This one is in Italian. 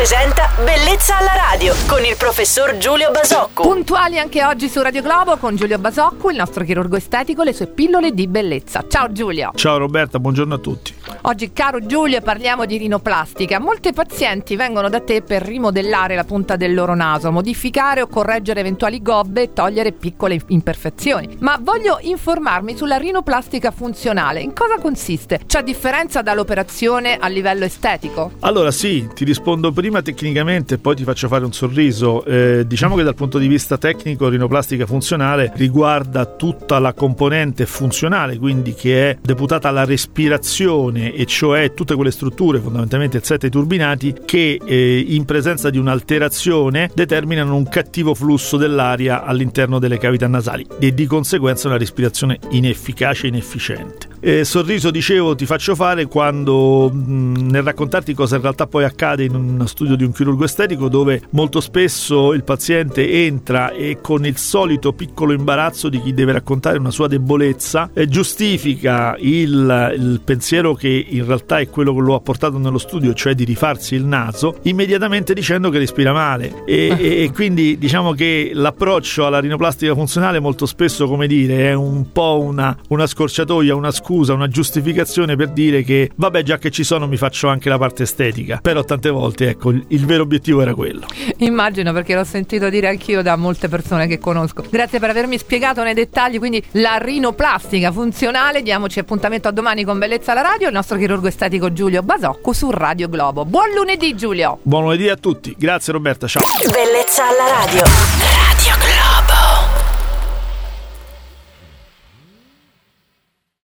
presenta Bellezza alla radio con il professor Giulio Basocco. Puntuali anche oggi su Radio Globo con Giulio Basocco, il nostro chirurgo estetico, le sue pillole di bellezza. Ciao Giulio. Ciao Roberta, buongiorno a tutti. Oggi, caro Giulio, parliamo di rinoplastica. Molte pazienti vengono da te per rimodellare la punta del loro naso, modificare o correggere eventuali gobbe e togliere piccole imperfezioni. Ma voglio informarmi sulla rinoplastica funzionale. In cosa consiste? C'è differenza dall'operazione a livello estetico? Allora sì, ti rispondo prima tecnicamente e poi ti faccio fare un sorriso. Diciamo che dal punto di vista tecnico rinoplastica funzionale riguarda tutta la componente funzionale, quindi che è deputata alla respirazione, e cioè tutte quelle strutture, fondamentalmente il sette turbinati, che in presenza di un'alterazione determinano un cattivo flusso dell'aria all'interno delle cavità nasali e di conseguenza una respirazione inefficace e inefficiente. Sorriso, dicevo, ti faccio fare quando nel raccontarti cosa in realtà poi accade in uno studio di un chirurgo estetico, dove molto spesso il paziente entra e con il solito piccolo imbarazzo di chi deve raccontare una sua debolezza giustifica il pensiero che in realtà è quello che lo ha portato nello studio, cioè di rifarsi il naso, immediatamente dicendo che respira male e quindi diciamo che l'approccio alla rinoplastica funzionale molto spesso, come dire, è un po' una scorciatoia, una scusa, una giustificazione per dire che vabbè, già che ci sono mi faccio anche la parte estetica. Però tante volte, ecco, il vero obiettivo era quello. Immagino, perché l'ho sentito dire anch'io da molte persone che conosco. Grazie per avermi spiegato nei dettagli quindi la rinoplastica funzionale. Diamoci appuntamento a domani con Bellezza alla radio, il nostro chirurgo estetico Giulio Basocco su Radio Globo. Buon lunedì Giulio. Buon lunedì a tutti, grazie Roberta, ciao. Bellezza alla radio.